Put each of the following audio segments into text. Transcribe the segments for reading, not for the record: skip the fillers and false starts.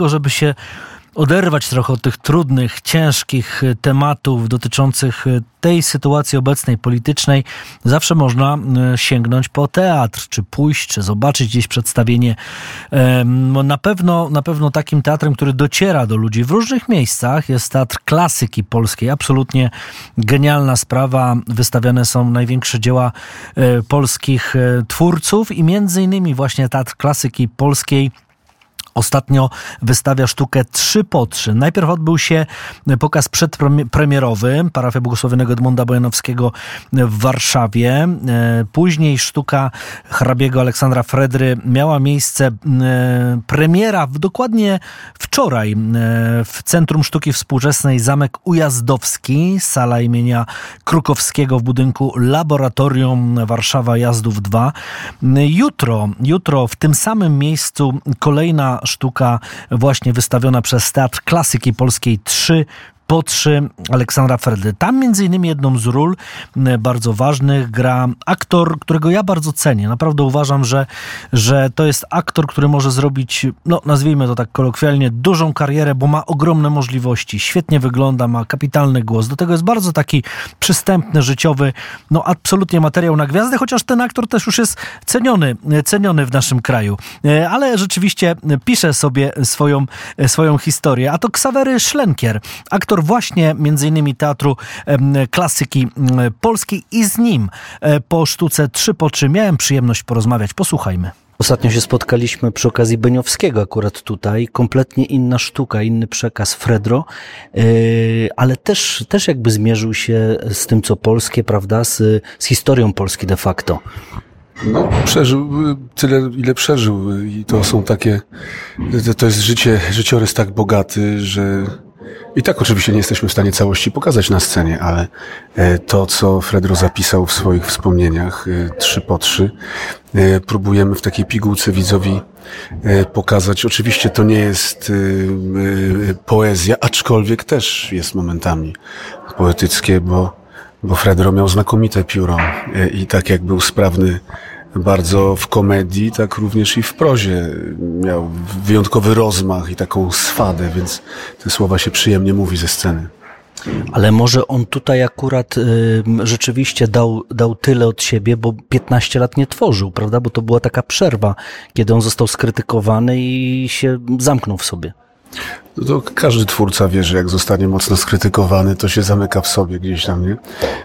żeby się oderwać trochę od tych trudnych, ciężkich tematów dotyczących tej sytuacji obecnej politycznej, zawsze można sięgnąć po teatr, czy pójść, czy zobaczyć gdzieś przedstawienie. Na pewno takim teatrem, który dociera do ludzi w różnych miejscach, jest Teatr Klasyki Polskiej. Absolutnie genialna sprawa. Wystawiane są największe dzieła polskich twórców i między innymi właśnie Teatr Klasyki Polskiej ostatnio wystawia sztukę 3x3. Najpierw odbył się pokaz przedpremierowy Parafia Błogosławionego Edmunda Bojanowskiego w Warszawie. Później sztuka hrabiego Aleksandra Fredry miała miejsce premiera dokładnie wczoraj w Centrum Sztuki Współczesnej Zamek Ujazdowski, sala imienia Krukowskiego w budynku Laboratorium Warszawa Jazdów 2. Jutro w tym samym miejscu kolejna sztuka właśnie wystawiona przez Teatr Klasyki Polskiej 3x3 Aleksandra Fredry. Tam między innymi jedną z ról bardzo ważnych gra aktor, którego ja bardzo cenię. Naprawdę uważam, że to jest aktor, który może zrobić, no nazwijmy to tak kolokwialnie, dużą karierę, bo ma ogromne możliwości. Świetnie wygląda, ma kapitalny głos. Do tego jest bardzo taki przystępny, życiowy, no absolutnie materiał na gwiazdę, chociaż ten aktor też już jest ceniony w naszym kraju. Ale rzeczywiście pisze sobie swoją historię. A to Ksawery Szlenkier, aktor właśnie między innymi Teatru Klasyki Polskiej i z nim po sztuce 3x3 miałem przyjemność porozmawiać. Posłuchajmy. Ostatnio się spotkaliśmy przy okazji Beniowskiego akurat tutaj. Kompletnie inna sztuka, inny przekaz Fredro, ale też jakby zmierzył się z tym, co polskie, prawda, z historią Polski de facto. No, przeżył tyle, ile przeżył i to są takie, to jest życiorys tak bogaty, że i tak oczywiście nie jesteśmy w stanie całości pokazać na scenie, ale to, co Fredro zapisał w swoich wspomnieniach 3x3, próbujemy w takiej pigułce widzowi pokazać. Oczywiście to nie jest poezja, aczkolwiek też jest momentami poetyckie, bo Fredro miał znakomite pióro i tak jak był sprawny bardzo w komedii, tak również i w prozie. Miał wyjątkowy rozmach i taką swadę, więc te słowa się przyjemnie mówi ze sceny. Ale może on tutaj akurat rzeczywiście dał tyle od siebie, bo 15 lat nie tworzył, prawda? Bo to była taka przerwa, kiedy on został skrytykowany i się zamknął w sobie. No to każdy twórca wie, że jak zostanie mocno skrytykowany, to się zamyka w sobie gdzieś tam, nie?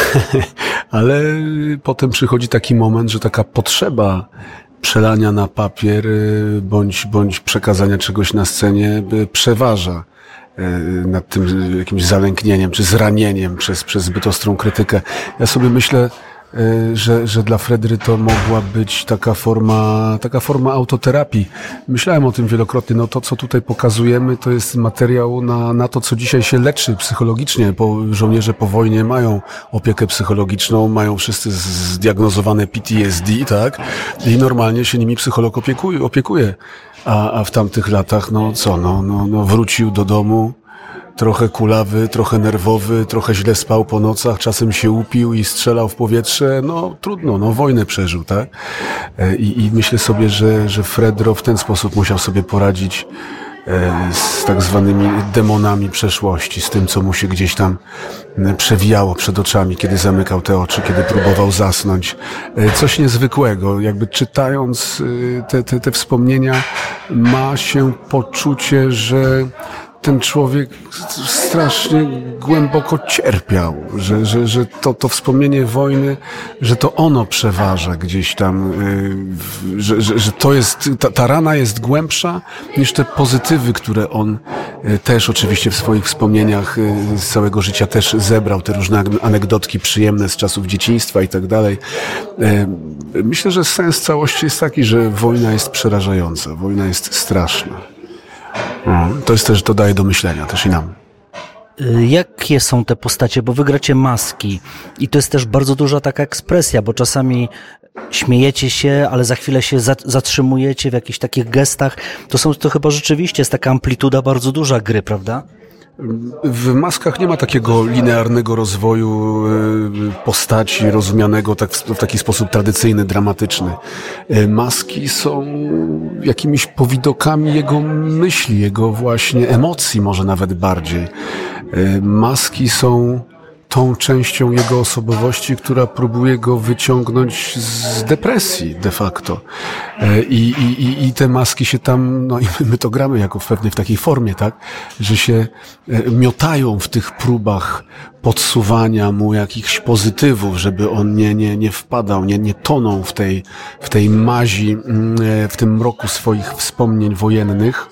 Ale potem przychodzi taki moment, że taka potrzeba przelania na papier bądź przekazania czegoś na scenie przeważa nad tym jakimś zalęknieniem czy zranieniem przez zbyt ostrą krytykę. Ja sobie myślę, że dla Fredry to mogła być taka forma autoterapii. Myślałem o tym wielokrotnie. No to, co tutaj pokazujemy, to jest materiał na to, co dzisiaj się leczy psychologicznie. Żołnierze po wojnie mają opiekę psychologiczną, mają wszyscy zdiagnozowane PTSD, tak? I normalnie się nimi psycholog opiekuje. A w tamtych latach, wrócił do domu, trochę kulawy, trochę nerwowy, trochę źle spał po nocach, czasem się upił i strzelał w powietrze. No trudno, wojnę przeżył, tak? I myślę sobie, że Fredro w ten sposób musiał sobie poradzić z tak zwanymi demonami przeszłości, z tym, co mu się gdzieś tam przewijało przed oczami, kiedy zamykał te oczy, kiedy próbował zasnąć. Coś niezwykłego, jakby czytając te wspomnienia, ma się poczucie, że ten człowiek strasznie głęboko cierpiał, że to wspomnienie wojny, że to ono przeważa gdzieś tam, że to jest, ta rana jest głębsza niż te pozytywy, które on też oczywiście w swoich wspomnieniach z całego życia też zebrał, te różne anegdotki przyjemne z czasów dzieciństwa i tak dalej. Myślę, że sens całości jest taki, że wojna jest przerażająca, wojna jest straszna. To jest też, to daje do myślenia też i nam. Jakie są te postacie? Bo wy gracie maski i to jest też bardzo duża taka ekspresja, bo czasami śmiejecie się, ale za chwilę się zatrzymujecie w jakichś takich gestach. To chyba rzeczywiście jest taka amplituda bardzo duża gry, prawda? W Maskach nie ma takiego linearnego rozwoju postaci rozumianego w taki sposób tradycyjny, dramatyczny. Maski są jakimiś powidokami jego myśli, jego właśnie emocji może nawet bardziej. Maski są tą częścią jego osobowości, która próbuje go wyciągnąć z depresji de facto. I te maski się tam, no i my to gramy jako pewnie w takiej formie, tak? Że się miotają w tych próbach podsuwania mu jakichś pozytywów, żeby on nie wpadał, nie tonął w tej mazi, w tym mroku swoich wspomnień wojennych.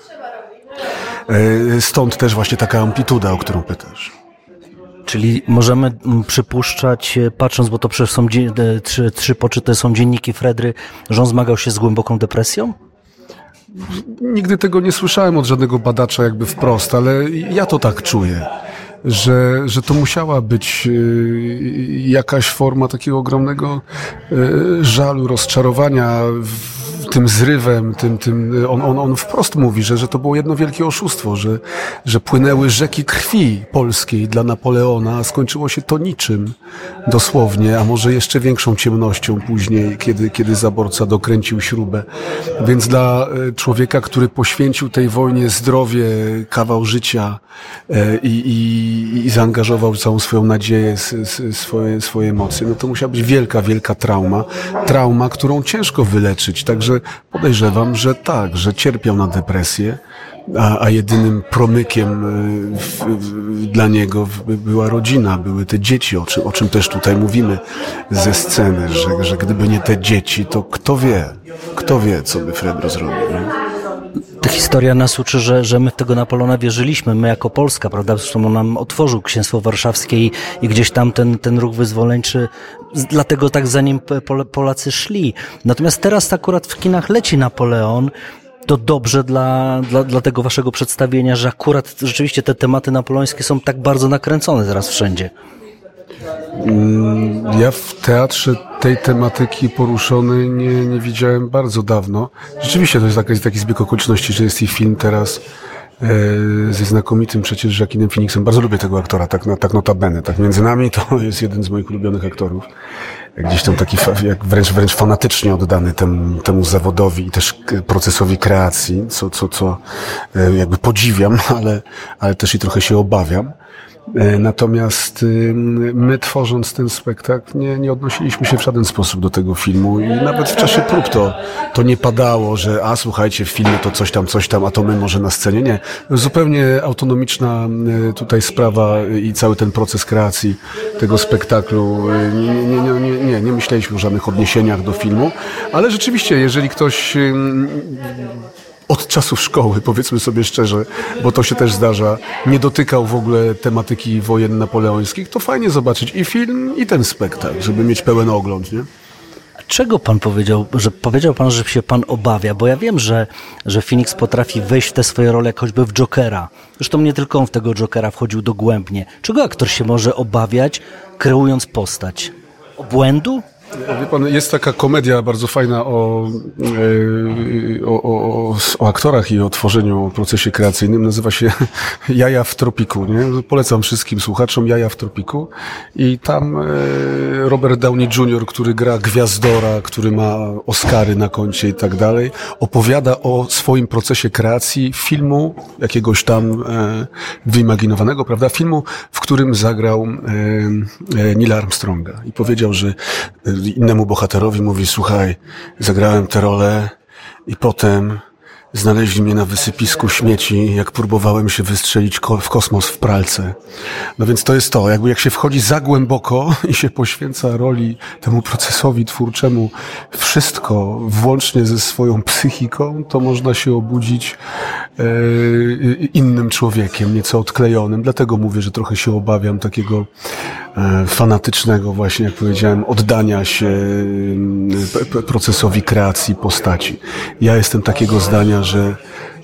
Stąd też właśnie taka amplituda, o którą pytasz. Czyli możemy przypuszczać, patrząc, bo to przecież są trzy poczyty, są dzienniki Fredry, że on zmagał się z głęboką depresją? Nigdy tego nie słyszałem od żadnego badacza jakby wprost, ale ja to tak czuję, że to musiała być jakaś forma takiego ogromnego żalu, rozczarowania tym zrywem, on wprost mówi, że to było jedno wielkie oszustwo, że płynęły rzeki krwi polskiej dla Napoleona, a skończyło się to niczym, dosłownie, a może jeszcze większą ciemnością później, kiedy zaborca dokręcił śrubę. Więc dla człowieka, który poświęcił tej wojnie zdrowie, kawał życia i zaangażował całą swoją nadzieję, swoje emocje, no to musiała być wielka, wielka trauma, którą ciężko wyleczyć, także podejrzewam, że tak, że cierpiał na depresję, a jedynym promykiem dla niego była rodzina, były te dzieci, o czym też tutaj mówimy ze sceny, że gdyby nie te dzieci, to kto wie, co by Fredro zrobił. Nie? Ta historia nas uczy, że my w tego Napoleona wierzyliśmy, my jako Polska, prawda? Zresztą on nam otworzył Księstwo Warszawskie i gdzieś tam ten ruch wyzwoleńczy, dlatego tak za nim Polacy szli. Natomiast teraz akurat w kinach leci Napoleon. To dobrze dla tego waszego przedstawienia, że akurat rzeczywiście te tematy napoleońskie są tak bardzo nakręcone teraz wszędzie. Ja w teatrze tej tematyki poruszonej nie widziałem bardzo dawno. Rzeczywiście to jest taki zbieg okoliczności, że jest i film teraz ze znakomitym przecież Joaquinem Phoenixem. Bardzo lubię tego aktora, tak notabene. Tak między nami to jest jeden z moich ulubionych aktorów. Gdzieś tam taki wręcz fanatycznie oddany temu zawodowi i też procesowi kreacji, co jakby podziwiam, ale też i trochę się obawiam. Natomiast my, tworząc ten spektakl, nie odnosiliśmy się w żaden sposób do tego filmu i nawet w czasie prób to nie padało, że słuchajcie, w filmie to coś tam, a to my może na scenie. Nie. Zupełnie autonomiczna tutaj sprawa i cały ten proces kreacji tego spektaklu. Nie myśleliśmy o żadnych odniesieniach do filmu, ale rzeczywiście, jeżeli ktoś od czasów szkoły, powiedzmy sobie szczerze, bo to się też zdarza, nie dotykał w ogóle tematyki wojen napoleońskich, to fajnie zobaczyć i film, i ten spektakl, żeby mieć pełen ogląd, nie? Czego pan powiedział, że powiedział pan, że się pan obawia? Bo ja wiem, że Phoenix potrafi wejść w te swoje role, jak choćby w Jokera. Zresztą nie tylko on w tego Jokera wchodził dogłębnie. Czego aktor się może obawiać, kreując postać? Obłędu? Wie pan, jest taka komedia bardzo fajna o aktorach i o tworzeniu, o procesie kreacyjnym. Nazywa się Jaja w tropiku, nie? Polecam wszystkim słuchaczom Jaja w tropiku. I tam Robert Downey Jr., który gra Gwiazdora, który ma Oscary na koncie i tak dalej, opowiada o swoim procesie kreacji filmu, jakiegoś tam wyimaginowanego, prawda? Filmu, w którym zagrał Neila Armstronga. I powiedział, że innemu bohaterowi mówi, słuchaj, zagrałem tę rolę i potem znaleźli mnie na wysypisku śmieci, jak próbowałem się wystrzelić w kosmos w pralce. No więc to jest to, jakby jak się wchodzi za głęboko i się poświęca roli, temu procesowi twórczemu wszystko, włącznie ze swoją psychiką, to można się obudzić innym człowiekiem, nieco odklejonym. Dlatego mówię, że trochę się obawiam takiego fanatycznego właśnie, jak powiedziałem, oddania się procesowi kreacji postaci. Ja jestem takiego zdania,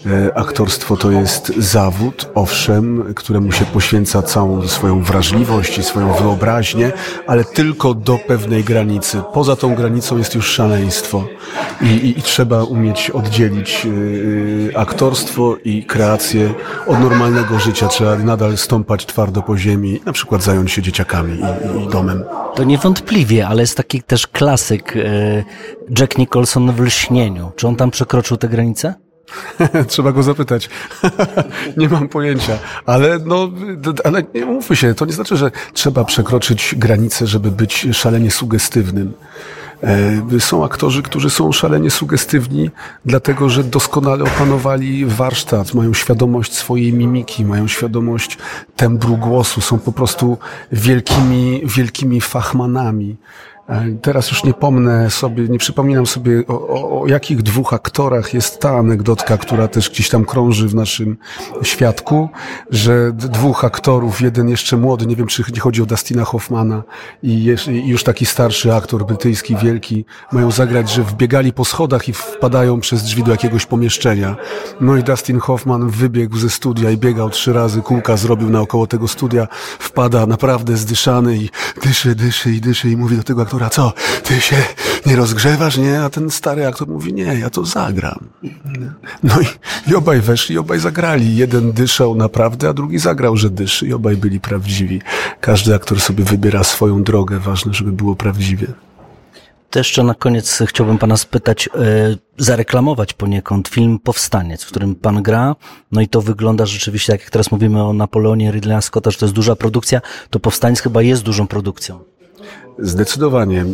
Aktorstwo to jest zawód, owszem, któremu się poświęca całą swoją wrażliwość i swoją wyobraźnię, ale tylko do pewnej granicy. Poza tą granicą jest już szaleństwo i trzeba umieć oddzielić aktorstwo i kreację od normalnego życia. Trzeba nadal stąpać twardo po ziemi, na przykład zająć się dzieciakami i domem. To niewątpliwie, ale jest taki też klasyk Jack Nicholson w Lśnieniu. Czy on tam przekroczył tę granicę? Trzeba go zapytać. Nie mam pojęcia. Ale nie mówmy się, to nie znaczy, że trzeba przekroczyć granicę, żeby być szalenie sugestywnym. Są aktorzy, którzy są szalenie sugestywni, dlatego że doskonale opanowali warsztat, mają świadomość swojej mimiki, mają świadomość tembru głosu, są po prostu wielkimi fachmanami. Teraz już nie przypominam sobie o jakich dwóch aktorach jest ta anegdotka, która też gdzieś tam krąży w naszym świadku, że dwóch aktorów, jeden jeszcze młody, nie wiem czy nie chodzi o Dustina Hoffmana i już taki starszy aktor brytyjski, wielki, mają zagrać, że wbiegali po schodach i wpadają przez drzwi do jakiegoś pomieszczenia. No i Dustin Hoffman wybiegł ze studia i biegał 3 razy, kółka zrobił naokoło tego studia, wpada naprawdę zdyszany i dyszy i mówi do tego aktora: co, ty się nie rozgrzewasz, nie? A ten stary aktor mówi: nie, ja to zagram. No i obaj weszli, obaj zagrali. Jeden dyszał naprawdę, a drugi zagrał, że dyszy i obaj byli prawdziwi. Każdy aktor sobie wybiera swoją drogę, ważne, żeby było prawdziwie. To jeszcze na koniec chciałbym pana spytać, zareklamować poniekąd film Powstaniec, w którym pan gra. No i to wygląda rzeczywiście, tak jak teraz mówimy o Napoleonie Ridleya Scotta, że to jest duża produkcja, to Powstaniec chyba jest dużą produkcją. Zdecydowanie.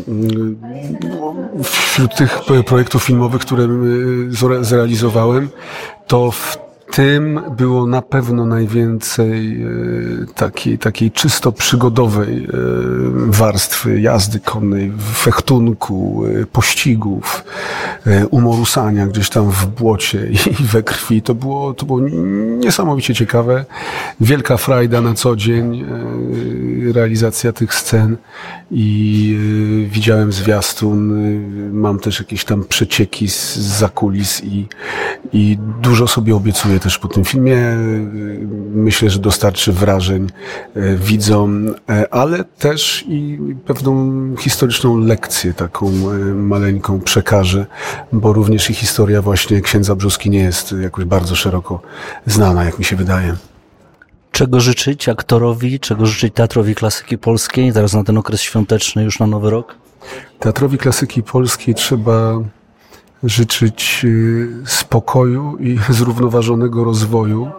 Wśród tych projektów filmowych, które zrealizowałem, to w tym było na pewno najwięcej takiej czysto przygodowej warstwy jazdy konnej, fechtunku, pościgów, umorusania gdzieś tam w błocie i we krwi. To było niesamowicie ciekawe. Wielka frajda na co dzień, realizacja tych scen i widziałem zwiastun, mam też jakieś tam przecieki za kulis i dużo sobie obiecuję też po tym filmie. Myślę, że dostarczy wrażeń widzom, ale też i pewną historyczną lekcję taką maleńką przekażę, bo również i historia właśnie księdza Brzóski nie jest jakoś bardzo szeroko znana, jak mi się wydaje. Czego życzyć aktorowi, czego życzyć Teatrowi Klasyki Polskiej, teraz na ten okres świąteczny, już na Nowy Rok? Teatrowi Klasyki Polskiej trzeba życzyć spokoju i zrównoważonego rozwoju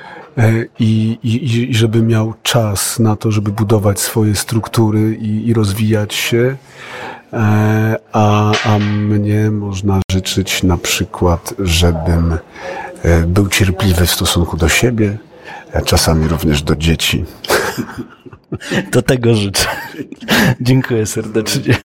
i żeby miał czas na to, żeby budować swoje struktury i rozwijać się, a mnie można życzyć na przykład, żebym był cierpliwy w stosunku do siebie, a czasami również do dzieci. Do tego życzę. Dziękuję serdecznie.